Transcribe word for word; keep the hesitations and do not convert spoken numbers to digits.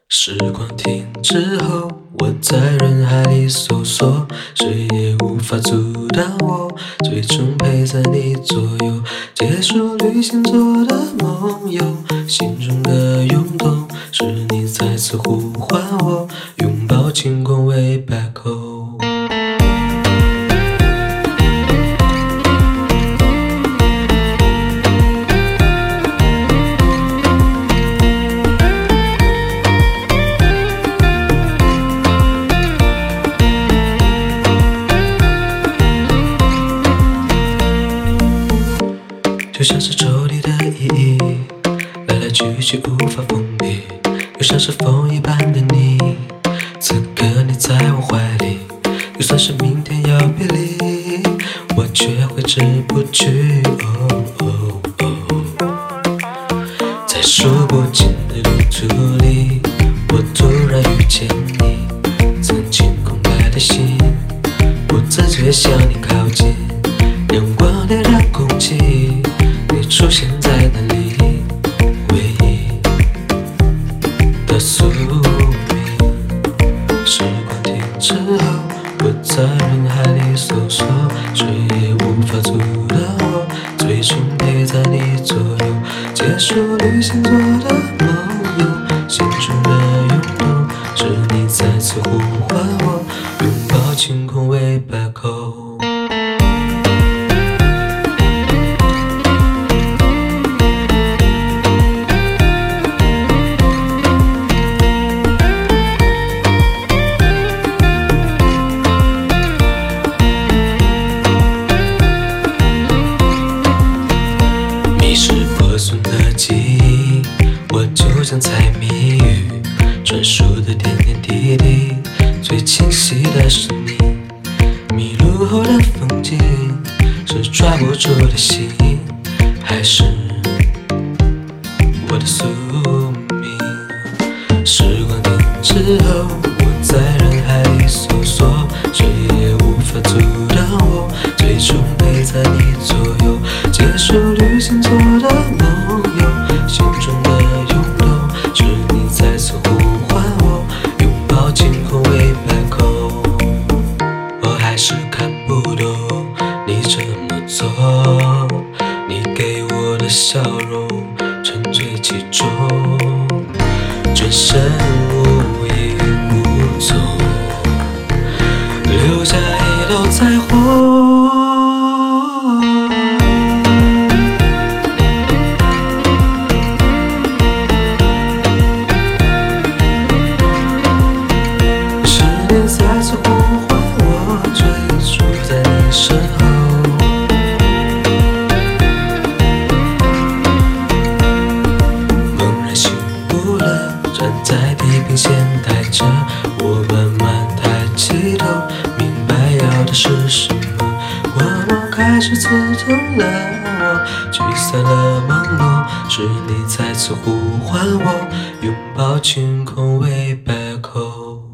时光停止后，我在人海里搜索，谁也无法阻挡我，最终陪在你左右。结束旅行做的梦游，心中的涌动，是你再次呼唤我，拥抱晴空为百口。就像是抽屉的意义，来来去去无法封闭，又像是风一般的你，此刻你在我怀里，就算是明天要别离，我却挥之不去。哦哦哦，在数不尽的路途里，我突然遇见你，曾经空白的心，不自觉向你靠近，阳光点燃空气。你出现在哪里？唯一的宿命。时光停止后，我在人海里搜索，谁也无法阻挡我，最终陪在你左右。结束旅行做的梦游，心中的涌动，是你再次呼唤我，拥抱晴空为百口。记忆，我就像猜谜语，传述的点点滴滴，最清晰的是你。迷路后的风景，是抓不住的心，还是我的宿命？时光停止后，我在人海里搜索，谁也无法阻挡我，最终陪在你左右。结束旅行做的梦游，心中的涌动，是你再次呼唤我，拥抱晴空为百口。我还是看不懂你这么做，你给我的笑容沉醉其中，转身无影无踪，留下一道彩虹。再次呼唤我，追逐在你身后。猛然醒悟了，站在地平线待着，我慢慢抬起头，明白要的是什么。光芒开始刺痛了我，驱散了朦胧，是你再次呼唤我，拥抱晴空为百口。